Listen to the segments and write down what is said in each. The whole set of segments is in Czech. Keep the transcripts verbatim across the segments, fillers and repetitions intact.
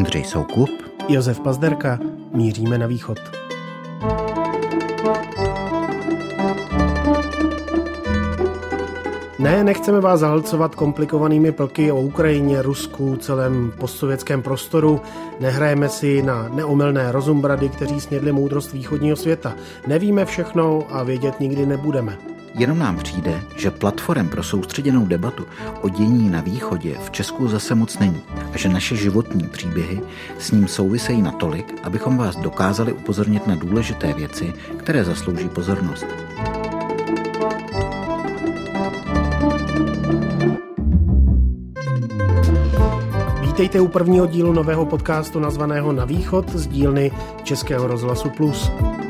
Ondřej Soukup, Josef Pazderka, míříme na východ. Ne, nechceme vás zahlcovat komplikovanými plky o Ukrajině, Rusku, celém postsovětském prostoru. Nehrajeme si na neomylné rozumbrady, kteří snědli moudrost východního světa. Nevíme všechno a vědět nikdy nebudeme. Jenom nám přijde, že platform pro soustředěnou debatu o dění na východě v Česku zase moc není a že naše životní příběhy s ním souvisejí natolik, abychom vás dokázali upozornit na důležité věci, které zaslouží pozornost. Vítejte u prvního dílu nového podcastu nazvaného Na východ z dílny Českého rozhlasu Plus.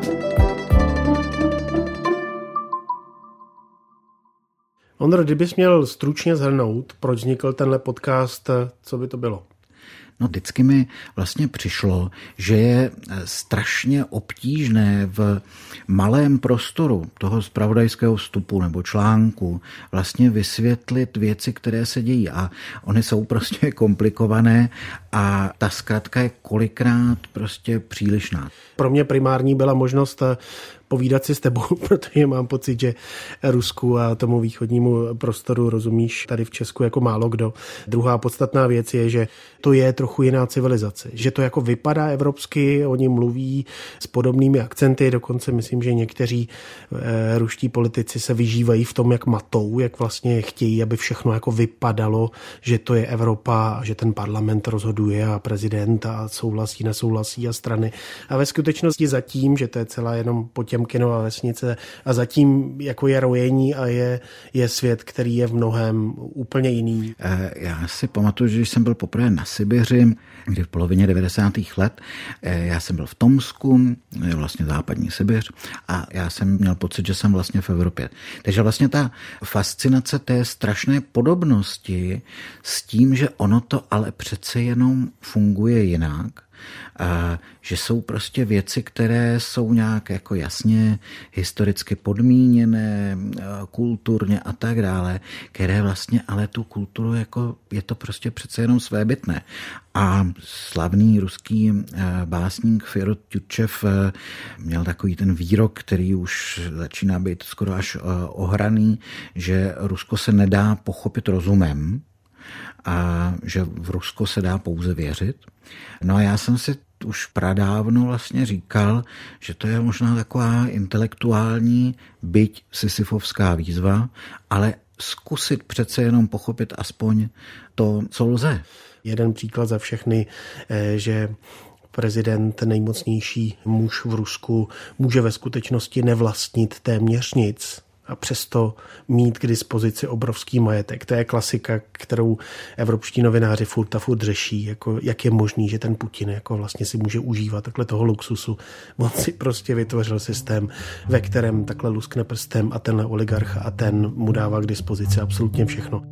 Ondro, kdybys měl stručně shrnout, proč vznikl tenhle podcast, co by to bylo? No vždycky mi vlastně přišlo, že je strašně obtížné v malém prostoru toho zpravodajského vstupu nebo článku vlastně vysvětlit věci, které se dějí a ony jsou prostě komplikované a ta zkratka je kolikrát prostě přílišná. Pro mě primární byla možnost povídat si s tebou, protože mám pocit, že Rusku a tomu východnímu prostoru rozumíš tady v Česku jako málo kdo. Druhá podstatná věc je, že to je trochu jiná civilizace, že to jako vypadá evropsky, oni mluví s podobnými akcenty, dokonce myslím, že někteří e, ruští politici se vyžívají v tom, jak matou, jak vlastně chtějí, aby všechno jako vypadalo, že to je Evropa a že ten parlament rozhoduje a prezident a souhlasí, nesouhlasí a strany. A ve skutečnosti zatím, že to je celá jenom Potěmkinova vesnice a zatím jako je rojení a je, je svět, který je v mnohém úplně jiný. Já si pamatuju, že když jsem byl poprvé na Sibiři, kdy v polovině devadesátých let, já jsem byl v Tomsku, vlastně západní Sibiř, a já jsem měl pocit, že jsem vlastně v Evropě. Takže vlastně ta fascinace té strašné podobnosti s tím, že ono to ale přece jenom funguje jinak, a že jsou prostě věci, které jsou nějak jako jasně historicky podmíněné, kulturně a tak dále, které vlastně ale tu kulturu jako je to prostě přece jenom svébytné. A slavný ruský básník Fjodor Tjutčev měl takový ten výrok, který už začíná být skoro až ohraný, že Rusko se nedá pochopit rozumem, a že v Rusko se dá pouze věřit. No a já jsem si už pradávno vlastně říkal, že to je možná taková intelektuální, byť sisyfovská výzva, ale zkusit přece jenom pochopit aspoň to, co lze. Jeden příklad za všechny, že prezident, nejmocnější muž v Rusku, může ve skutečnosti nevlastnit téměř nic a přesto mít k dispozici obrovský majetek. To je klasika, kterou evropští novináři furt a furt řeší, jako jak je možný, že ten Putin jako vlastně si může užívat takhle toho luxusu. On si prostě vytvořil systém, ve kterém takhle luskne prstem a tenhle oligarcha a ten mu dává k dispozici absolutně všechno.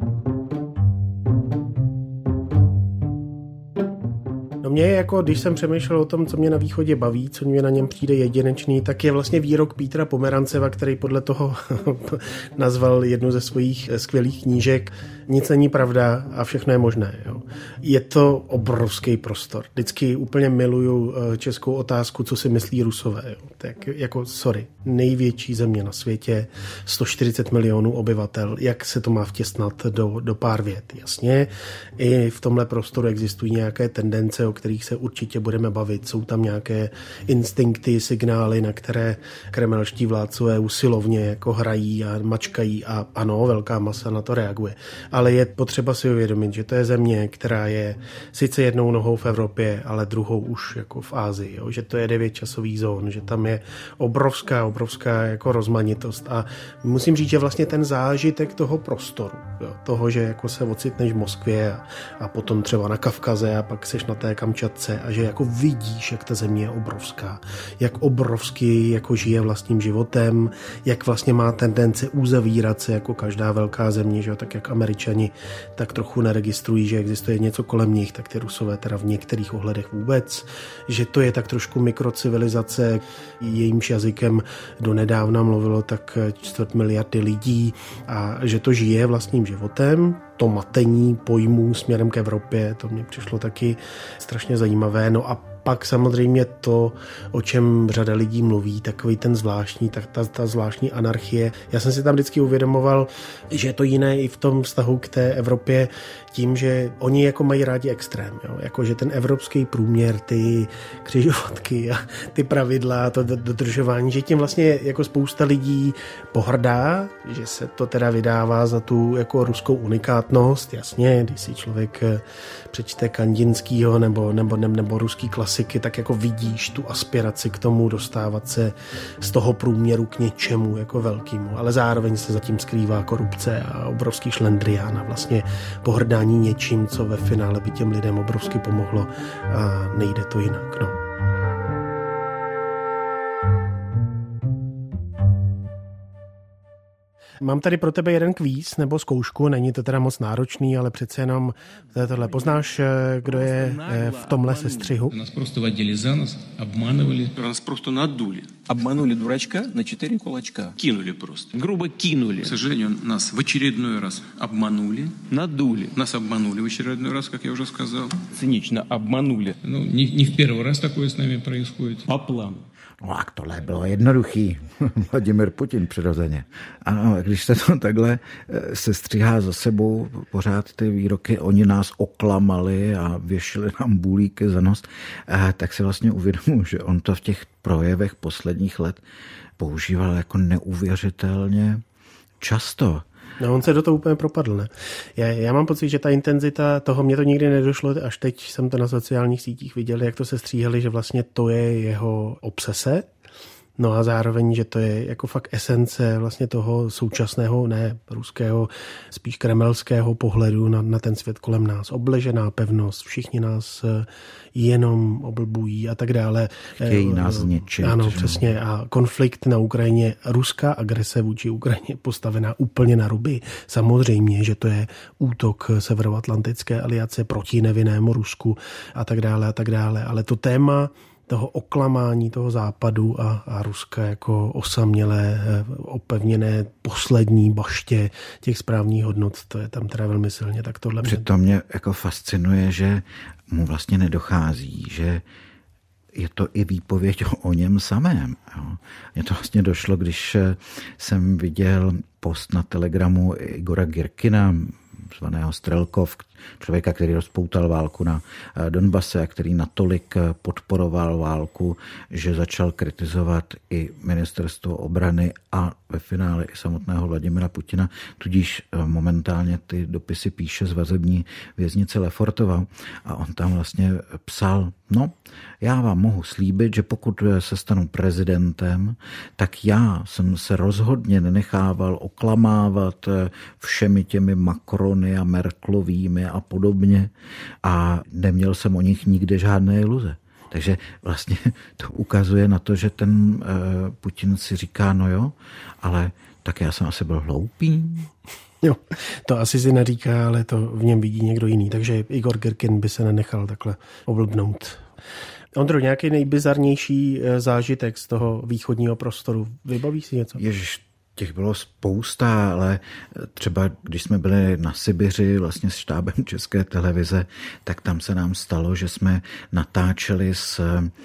No mě jako, když jsem přemýšlel o tom, co mě na východě baví, co mě na něm přijde jedinečný, tak je vlastně výrok Pítera Pomeranceva, který podle toho nazval jednu ze svých skvělých knížek Nic není pravda a všechno je možné. Jo. Je to obrovský prostor. Vždycky úplně miluju českou otázku, co si myslí Rusové. Jo. Tak jako, sorry, největší země na světě, sto čtyřicet milionů obyvatel, jak se to má vtěsnat do, do pár vět. Jasně, i v tomhle prostoru existují nějaké tendence, o kterých se určitě budeme bavit. Jsou tam nějaké instinkty, signály, na které kremelští vládcové usilovně jako hrají a mačkají a ano, velká masa na to reaguje. Ale je potřeba si uvědomit, že to je země, která je sice jednou nohou v Evropě, ale druhou už jako v Asii, jo? Že to je devět časových zón, že tam je obrovská, obrovská jako rozmanitost a musím říct, že vlastně ten zážitek toho prostoru, jo? Toho, že jako se ocitneš v Moskvě a, a potom třeba na Kavkaze a pak seš na té Kamčatce a že jako vidíš, jak ta země je obrovská, jak obrovsky jako žije vlastním životem, jak vlastně má tendence uzavírat se jako každá velká země, že jo? Tak jak Američani tak trochu neregistrují, že existuje něco kolem nich, tak ty Rusové teda v některých ohledech vůbec, že to je tak trošku mikrocivilizace, jejímž jazykem donedávna mluvilo tak čtvrt miliardy lidí a že to žije vlastním životem. to matení pojmů směrem k Evropě, to mě přišlo taky strašně zajímavé. No a pak samozřejmě to, o čem řada lidí mluví, takový ten zvláštní, tak ta, ta zvláštní anarchie. Já jsem si tam vždycky uvědomoval, že je to jiné i v tom vztahu k té Evropě tím, že oni jako mají rádi extrém. Jo? Jako, že ten evropský průměr, ty křižovatky a ty pravidla, to dodržování, že tím vlastně jako spousta lidí pohrdá, že se to teda vydává za tu jako ruskou unikátnost. Jasně, když si člověk přečte Kandinskýho nebo, nebo, nebo, nebo ruský klasiky, tak jako vidíš tu aspiraci k tomu dostávat se z toho průměru k něčemu jako velkému, ale zároveň se zatím skrývá korupce a obrovský šlendrián a vlastně pohrdání něčím, co ve finále by těm lidem obrovsky pomohlo a nejde to jinak. No. Mám tady pro tebe jeden kvíz nebo zkoušku, není to teda moc náročný, ale přece jenom tohle. Poznáš, kdo je v tomhle sestřihu? Nás prostě vadili za nás, obmanovali. Nás prostě naduli. Обманули дурачка на четыре кулачка. Кинули просто. Грубо кинули. К сожалению, нас в очередной раз обманули. Надули. Нас обманули в очередной раз, как я уже сказал. Цинично обманули. Ну, не, не в первый раз такое с нами происходит. По плану. No a tohle bylo jednoduchý. Vladimir Putin přirozeně. Ano, když se to takhle se stříhá za sebou pořád ty výroky, oni nás oklamali a věšili nám bulíky za nos, tak si vlastně uvědomuji, že on to v těch projevech posledních let používal jako neuvěřitelně často. No, on se do toho úplně propadl, ne? Já, já mám pocit, že ta intenzita toho, mě to nikdy nedošlo, až teď jsem to na sociálních sítích viděl, jak to se stříhali, že vlastně to je jeho obsese, no a zároveň, že to je jako fakt esence vlastně toho současného, ne ruského, spíš kremelského pohledu na, na ten svět kolem nás. Obležená pevnost, všichni nás jenom oblbují a tak dále. Chtějí nás zničit. Ano, přesně. A konflikt na Ukrajině, ruská agrese vůči Ukrajině postavená úplně na ruby. Samozřejmě, že to je útok Severoatlantické aliance proti nevinnému Rusku a tak dále a tak dále. Ale to téma toho oklamání toho západu a, a Ruska jako osamělé, opevněné poslední baště těch správných hodnot, to je tam teda velmi silně. Tak tohle Přitom mě jako fascinuje, že mu vlastně nedochází, že je to i výpověď o něm samém. Jo. Mně to vlastně došlo, když jsem viděl post na Telegramu Igora Girkina, zvaného Strelkov, člověka, který rozpoutal válku na Donbase a který natolik podporoval válku, že začal kritizovat i ministerstvo obrany a ve finále i samotného Vladimira Putina. Tudíž momentálně ty dopisy píše z vazební věznice Lefortova a on tam vlastně psal, no, já vám mohu slíbit, že pokud se stanu prezidentem, tak já jsem se rozhodně nenechával oklamávat všemi těmi Macrony a Merkelovými a podobně a neměl jsem o nich nikde žádné iluze. Takže vlastně to ukazuje na to, že ten uh, Putin si říká, no jo, ale tak já jsem asi byl hloupý. Jo, to asi si neříká, ale to v něm vidí někdo jiný. Takže Igor Girkin by se nenechal takhle oblbnout. Ondro, nějaký nejbizarnější zážitek z toho východního prostoru? Vybavíš si něco? Ježiš, těch bylo spousta, ale třeba když jsme byli na Sibiři vlastně s štábem České televize, tak tam se nám stalo, že jsme natáčeli s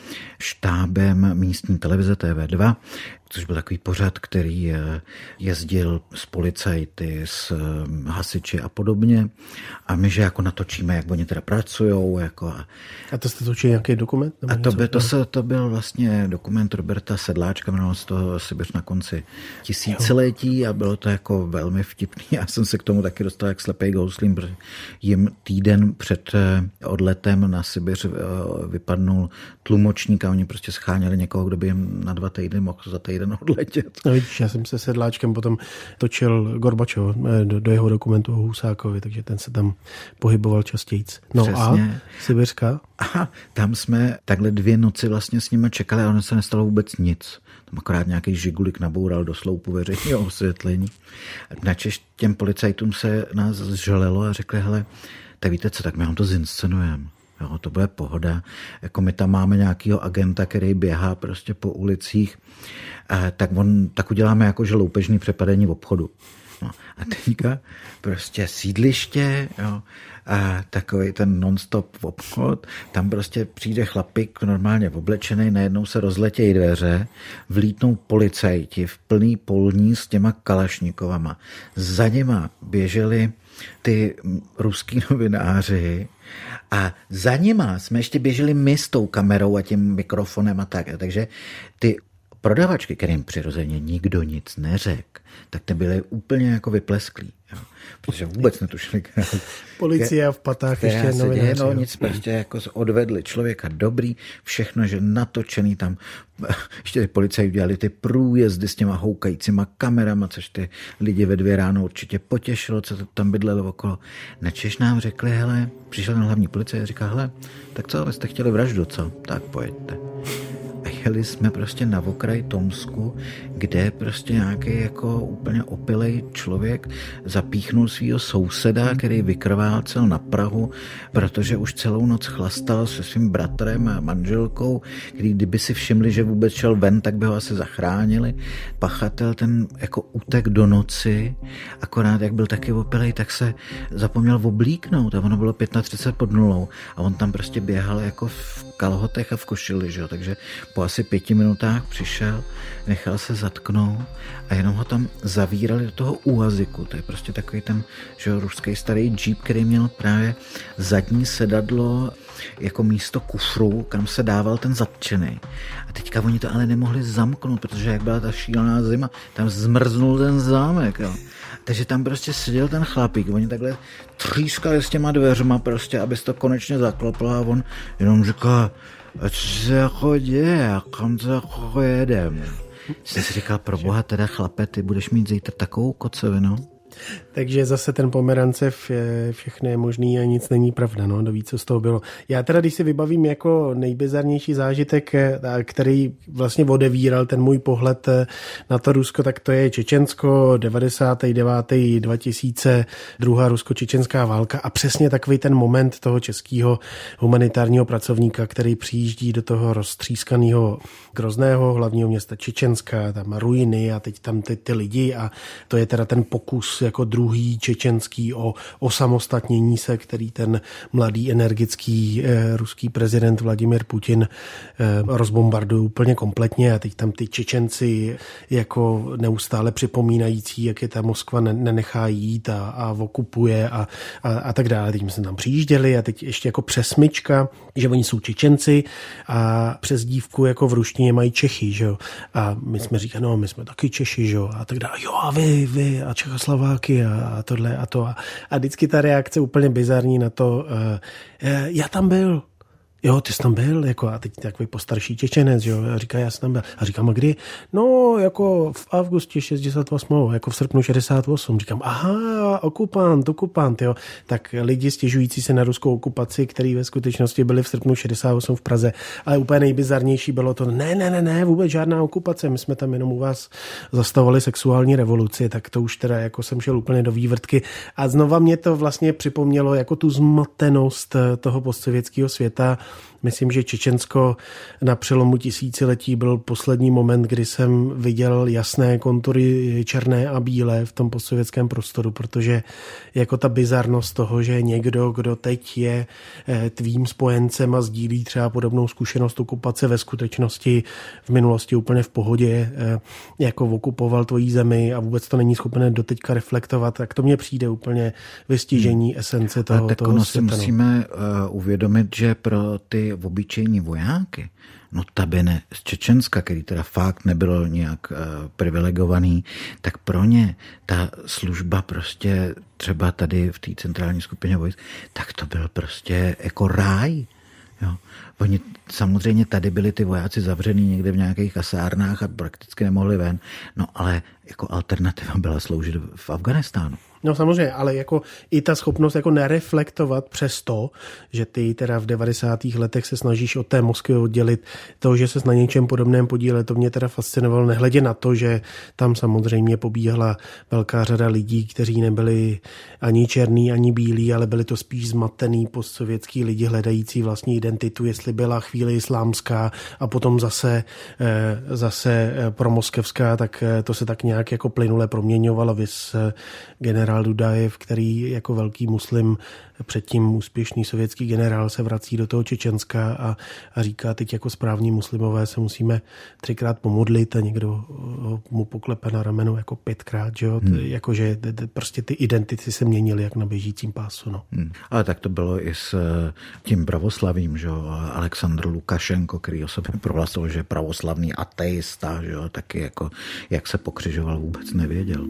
štábem místní televize T V dva, což byl takový pořad, který jezdil s policajty, s hasiči a podobně. A my, že jako natočíme, jak oni teda pracujou. Jako a... a to jste točili nějaký dokument? A to, by, to, se, to byl vlastně dokument Roberta Sedláčka, jmenoval se to Sibiř na konci tisíciletí a bylo to jako velmi vtipný. Já jsem se k tomu taky dostal jak slepej gouslím, protože jim týden před odletem na Sibiř vypadnul tlumočník a oni prostě scháněli někoho, kdo by jim na dva týdny mohl za týden odletět. No vidíš, já jsem se Sedláčkem potom točil Gorbačov do, do jeho dokumentu o Husákovi, takže ten se tam pohyboval častějíc. No přesně. A Sibiřka? A tam jsme takhle dvě noci vlastně s nimi čekali a ono se nestalo vůbec nic. Tam akorát nějaký žigulik naboural do sloupu veřejného osvětlení. Načež těm policajtům se nás zžalilo a řekli, hele, tak víte co, tak my vám to zinscenujeme. Jo, to bude pohoda. Jako my tam máme nějakýho agenta, který běhá prostě po ulicích, eh, tak, on, tak uděláme jako, že loupežný přepadení v obchodu. No, a teďka prostě sídliště, jo, a takový ten non-stop obchod, tam prostě přijde chlapík normálně oblečený, najednou se rozletějí dveře, vlítnou policajti v plný polní s těma kalašníkovama. Za něma běželi ty ruský novináři a za nima jsme ještě běželi my s tou kamerou a tím mikrofonem a tak. Takže ty prodavačky, kterým přirozeně nikdo nic neřekl, tak ty byly úplně jako vyplesklí. Jo. Protože vůbec netušili. Policie v patách ještě novináři. No, nic, prostě jako odvedli člověka dobrý, všechno, že natočený tam. Ještě ty policajti udělali ty průjezdy s těma houkajícíma kamerama, což ty lidi ve dvě ráno určitě potěšilo, co to tam bydlelo okolo. Načež nám řekli, hele, přišel na hlavní policie a říká, hele, tak co, vy jste chtěli vraždu, co? Tak pojďte. A jeli jsme prostě na okraj Tomsku, kde prostě nějaký jako úplně opilej člověk zapíchnul svýho souseda, který vykrvácel na Prahu, protože už celou noc chlastal se svým bratrem a manželkou, který kdyby si všimli, že vůbec šel ven, tak by ho asi zachránili. Pachatel ten jako utek do noci, akorát jak byl taky opilej, tak se zapomněl oblíknout a ono bylo třicet pět pod nulou a on tam prostě běhal jako v kalhotech a v košili, že jo, takže po asi pěti minutách přišel, nechal se zatknout a jenom ho tam zavírali do toho úhaziku. To je prostě takový ten, že jo, ruský starý džíp, který měl právě zadní sedadlo jako místo kufru, kam se dával ten zatčený. A teďka oni to ale nemohli zamknout, protože jak byla ta šílená zima, tam zmrznul ten zámek, jo. Takže tam prostě seděl ten chlapík, oni takhle třískali s těma dveřma prostě, aby se to konečně zakloplo a on jenom říkal, a co se jako děje, a kam to jako jedem. Jsem si říkal, pro boha teda chlape, ty budeš mít zítra takovou kocovinu. Takže zase ten Pomerancev je všechno je možný a nic není pravda, no, doví, co z toho bylo. Já teda, když si vybavím jako nejbizarnější zážitek, který vlastně odevíral ten můj pohled na to Rusko, tak to je Čečensko, devadesátý devátý dva tisíce, druhá rusko-čečenská válka a přesně takový ten moment toho českého humanitárního pracovníka, který přijíždí do toho roztřískaného Grozného hlavního města Čečenska, tam ruiny a teď tam ty, ty lidi a to je teda ten pokus jako druhý čečenský o osamostatnění se, který ten mladý energický eh, ruský prezident Vladimir Putin eh, rozbombarduje úplně kompletně a teď tam ty Čečenci jako neustále připomínající, jak je ta Moskva nenechá jít a, a okupuje a, a, a tak dále. Teď jsme tam přijížděli a teď ještě jako přesmyčka, že oni jsou Čečenci a přes dívku jako v ruštině mají Čechy, že jo. A my jsme říkali, no my jsme taky Češi, že jo. A tak dále, jo a vy, vy a Čechoslováky a, a tohle a to. A, a vždycky ta reakce úplně bizarní na to, uh, já tam byl. Jo, ty jsi tam byl, jako, a teď takový postarší Čečenec, jo, a říká, já jsem tam byl. A říkám, a kdy? No, jako v augustě šedesát osm, jako v srpnu šedesát osm. Říkám, aha, okupant, okupant, jo. Tak lidi stěžující se na ruskou okupaci, který ve skutečnosti byli v srpnu šedesát osm v Praze. Ale úplně nejbizarnější bylo to, ne, ne, ne, ne, vůbec žádná okupace, my jsme tam jenom u vás zastavovali sexuální revoluci, tak to už teda jako jsem šel úplně do vývrtky. A znova mě to vlastně připomnělo jako tu zmatenost toho postsovětského světa. Myslím, že Čečensko na přelomu tisíciletí byl poslední moment, kdy jsem viděl jasné kontury černé a bílé v tom postsovětském prostoru, protože jako ta bizarnost toho, že někdo, kdo teď je tvým spojencem a sdílí třeba podobnou zkušenost okupace ve skutečnosti v minulosti úplně v pohodě, jako okupoval tvojí zemi a vůbec to není schopné doteďka reflektovat, tak to mně přijde úplně vystižení hmm. esence toho, ale tak toho ono světa. Si musíme uh, uvědomit, že pro ty obyčejní vojáky, notabene z Čečenska, který teda fakt nebyl nějak uh, privilegovaný, tak pro ně ta služba prostě třeba tady v té centrální skupině vojsk, tak to byl prostě jako ráj. Jo. Oni samozřejmě tady byli ty vojáci zavřený někde v nějakých kasárnách a prakticky nemohli ven, no ale jako alternativa byla sloužit v Afghánistánu. No samozřejmě, ale jako i ta schopnost jako nereflektovat přes to, že ty teda v devadesátých letech se snažíš od té Moskvy oddělit to, že ses na něčem podobném podílel, to mě teda fascinovalo, nehledě na to, že tam samozřejmě pobíhala velká řada lidí, kteří nebyli ani černý, ani bílí, ale byli to spíš zmatený postsovětský lidi hledající vlastní identitu, jestli byla chvíli islámská a potom zase, zase promoskevská, tak to se tak nějak jako plynule proměňovalo. Vys generál Dudajev, který jako velký muslim, předtím úspěšný sovětský generál, se vrací do toho Čečenska a, a říká, teď jako správní muslimové se musíme třikrát pomodlit a někdo mu poklepe na rameno jako pětkrát, že jo? Hmm. Jakože prostě ty identity se měnily jak na běžícím pásu. No. Hmm. Ale tak to bylo i s tím pravoslavím, že jo? Aleksandr Lukašenko, který o sobě prohlasil, že je pravoslavný ateista, že jo? Taky jako jak se pokřižoval, vůbec nevěděl.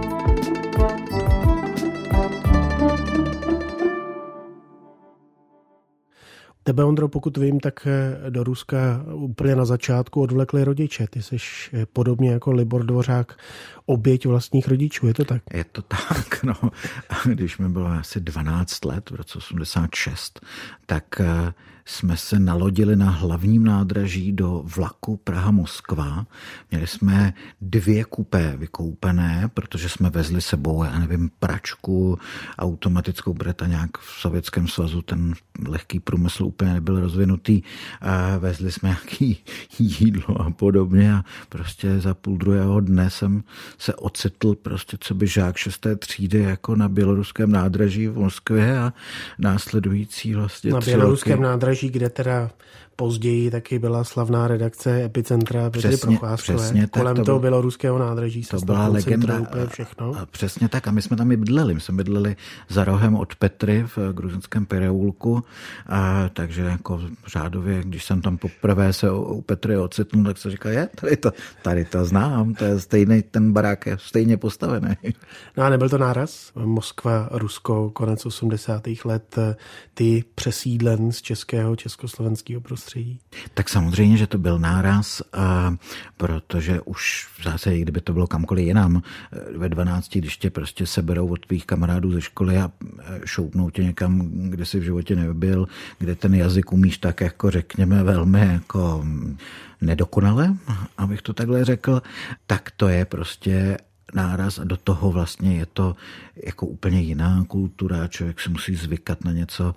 Tebe, Ondro, pokud vím, tak do Ruska úplně na začátku odvlekli rodiče. Ty jsi podobně jako Libor Dvořák oběť vlastních rodičů, je to tak? Je to tak, no. Když mi bylo asi dvanáct let, v roce osmdesát šest, tak jsme se nalodili na hlavním nádraží do vlaku Praha-Moskva. Měli jsme dvě kupé vykoupené, protože jsme vezli sebou, já nevím, pračku automatickou, protože ta nějak v Sovětském svazu ten lehký průmysl úplně nebyl rozvinutý. A vezli jsme nějaký jídlo a podobně a prostě za půl druhého dne jsem se ocitl prostě co by žák šesté třídy jako na běloruském nádraží v Moskvě a následující vlastně na běloruském roky... nádraží, kde teda později taky byla slavná redakce Epicentra Petry Procházkové. Kolem to toho běloruského nádraží se to byla legenda úplně všechno. A přesně tak. A my jsme tam i bydleli. My jsme bydleli za rohem od Petry v gruzinském Pereulku. A takže jako řádově, když jsem tam poprvé se u Petry ocitnul, tak se říká, je, tady to, tady to znám, to je stejný, ten barák je stejně postavený. No a nebyl to náraz? Moskva, Rusko, konec osmdesátých let, ty přesídlen z českého, československého prostředí. Tak samozřejmě, že to byl náraz, a protože už v zásadě, kdyby to bylo kamkoliv jinam, ve dvanácti, když tě prostě seberou od tvých kamarádů ze školy a šoupnou tě někam, kde jsi v životě nebyl, kde ten jazyk umíš tak jako řekněme velmi jako nedokonale, abych to takhle řekl, tak to je prostě náraz a do toho vlastně je to jako úplně jiná kultura, člověk se musí zvykat na něco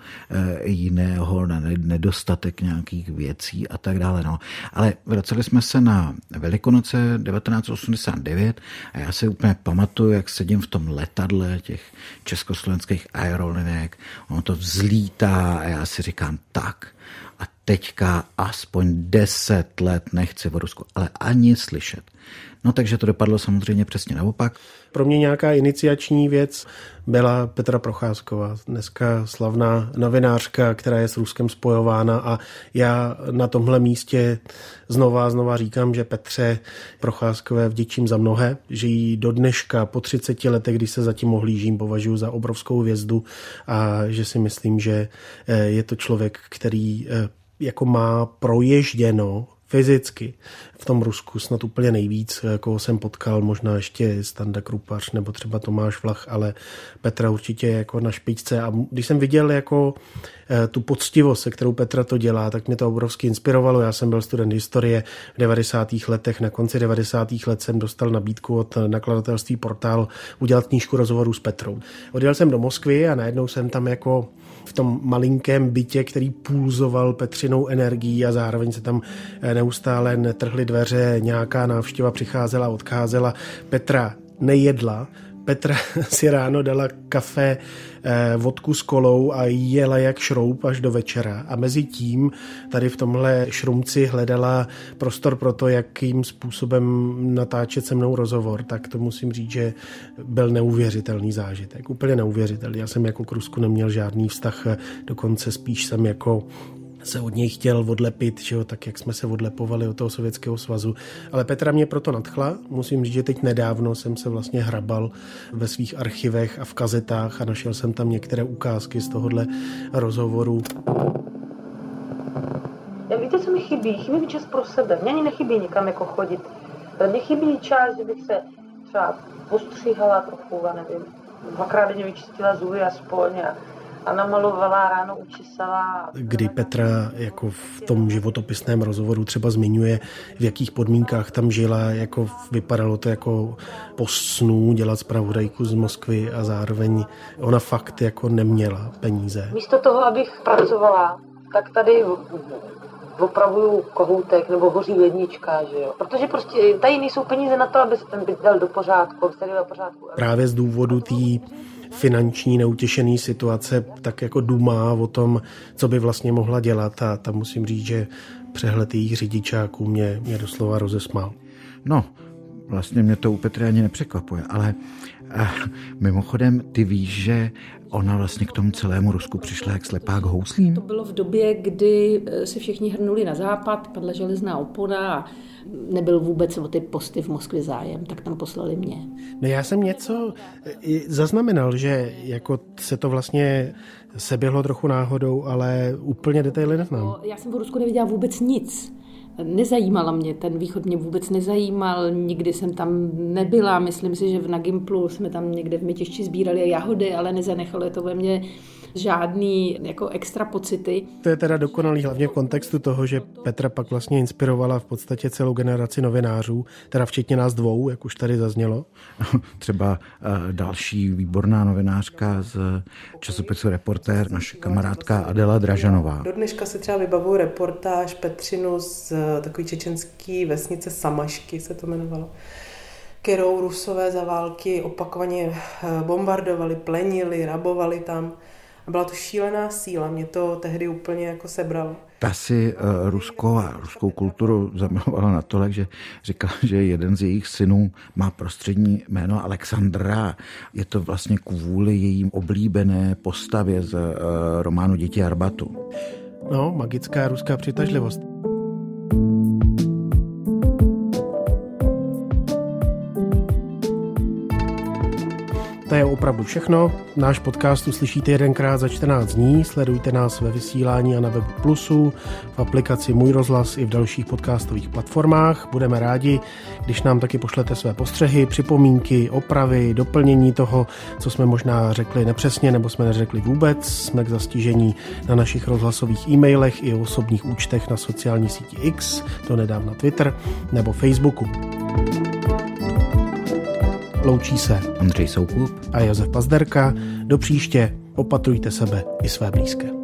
jiného, na nedostatek nějakých věcí a tak dále. No. Ale vraceli jsme se na Velikonoce devatenáct osmdesát devět a já si úplně pamatuju, jak sedím v tom letadle těch československých aerolinek, ono to vzlítá a já si říkám tak, a teďka aspoň deset let nechci o Rusku, ale ani slyšet. No takže to dopadlo samozřejmě přesně naopak. Pro mě nějaká iniciační věc byla Petra Procházková, dneska slavná novinářka, která je s Ruskem spojována a já na tomhle místě znova a znova říkám, že Petře Procházkové vděčím za mnohé, že jí do dneška po třiceti letech, když se zatím ohlížím, považuji za obrovskou hvězdu a že si myslím, že je to člověk, který jako má proježděno fyzicky v tom Rusku snad úplně nejvíc, koho jsem potkal, možná ještě Standa Krupař nebo třeba Tomáš Vlach, ale Petra určitě jako na špičce. A když jsem viděl jako tu poctivost, se kterou Petra to dělá, tak mě to obrovsky inspirovalo. Já jsem byl student historie v devadesátých letech, na konci devadesátých let jsem dostal nabídku od nakladatelství Portál udělat knížku rozhovorů s Petrou. Odjel jsem do Moskvy a najednou jsem tam jako v tom malinkém bytě, který pulzoval Petřinou energií a zároveň se tam neustále netrhly dveře, nějaká návštěva přicházela, odcházela. Petra nejedla, Petra si ráno dala kafe, eh, vodku s kolou a jela jak šroub až do večera. A mezi tím tady v tomhle šrumci hledala prostor pro to, jakým způsobem natáčet se mnou rozhovor. Tak to musím říct, že byl neuvěřitelný zážitek. Úplně neuvěřitelný. Já jsem jako k Rusku neměl žádný vztah, dokonce spíš jsem jako se od něj chtěl odlepit, že jo, tak jak jsme se odlepovali od toho Sovětského svazu. Ale Petra mě proto nadchla. Musím říct, že teď nedávno jsem se vlastně hrabal ve svých archivech a v kazetách a našel jsem tam některé ukázky z tohohle rozhovoru. Jak víte, co mi chybí? Chybí mi čas pro sebe. Mně ani nechybí nikam jako chodit. Mně chybí čas, že bych se třeba postříhala trochu, a nevím, dvakrát denně vyčistila zuby aspoň a, a namalovala, ráno učesala. Kdy Petra jako v tom životopisném rozhovoru třeba zmiňuje, v jakých podmínkách tam žila, jako vypadalo to jako po snu dělat zpravodajku z Moskvy a zároveň ona fakt jako neměla peníze. Místo toho, abych pracovala, tak tady opravuju kohoutek nebo hoří lednička, že jo. Protože prostě tady nejsou peníze na to, aby se ten byt dal do pořádku, aby se dal do pořádku. Právě z důvodu té finanční neutěšený situace tak jako dumá o tom, co by vlastně mohla dělat a tam musím říct, že přehled jejich řidičáků mě, mě doslova rozesmál. No, vlastně mě to u Petry ani nepřekvapuje, ale eh, mimochodem ty víš, že ona vlastně k tomu celému Rusku přišla jak slepá k houslím? To bylo v době, kdy se všichni hrnuli na západ, padla železná opona a nebyl vůbec o ty posty v Moskvě zájem, tak tam poslali mě. No já jsem něco zaznamenal, že jako se to vlastně seběhlo trochu náhodou, ale úplně detaily neznám. Já jsem v Rusku neviděla vůbec nic. Nezajímala mě, ten východ mě vůbec nezajímal, nikdy jsem tam nebyla, myslím si, že v Nagimplu jsme tam někde v Mytišti sbírali jahody, ale nezanechalo to ve mně žádný jako extra pocity. To je teda dokonalý hlavně v kontextu toho, že Petra pak vlastně inspirovala v podstatě celou generaci novinářů, teda včetně nás dvou, jak už tady zaznělo. Třeba další výborná novinářka z časopisu Reportér, naše kamarádka Adela Dražanová. Do dneška si třeba vybavuju reportáž Petřinu z takové čečenské vesnice Samašky, se to jmenovalo, kterou Rusové za války opakovaně bombardovali, plenili, rabovali tam. A byla to šílená síla, mě to tehdy úplně jako sebralo. Ta si uh, Rusko a ruskou kulturu zamilovala natolik, že říkala, že jeden z jejich synů má prostřední jméno Alexandra. Je to vlastně kvůli její oblíbené postavě z uh, románu Děti Arbatu. No, magická ruská přitažlivost. To je opravdu všechno. Náš podcast uslyšíte jedenkrát za čtrnáct dní. Sledujte nás ve vysílání a na webu Plusu, v aplikaci Můj rozhlas i v dalších podcastových platformách. Budeme rádi, když nám taky pošlete své postřehy, připomínky, opravy, doplnění toho, co jsme možná řekli nepřesně nebo jsme neřekli vůbec. Jsme k zastížení na našich rozhlasových e-mailech i osobních účtech na sociální síti X, to nedávno Twitter, nebo Facebooku. Loučí se Ondřej Soukup a Josef Pazderka. Do příště opatrujte sebe i své blízké.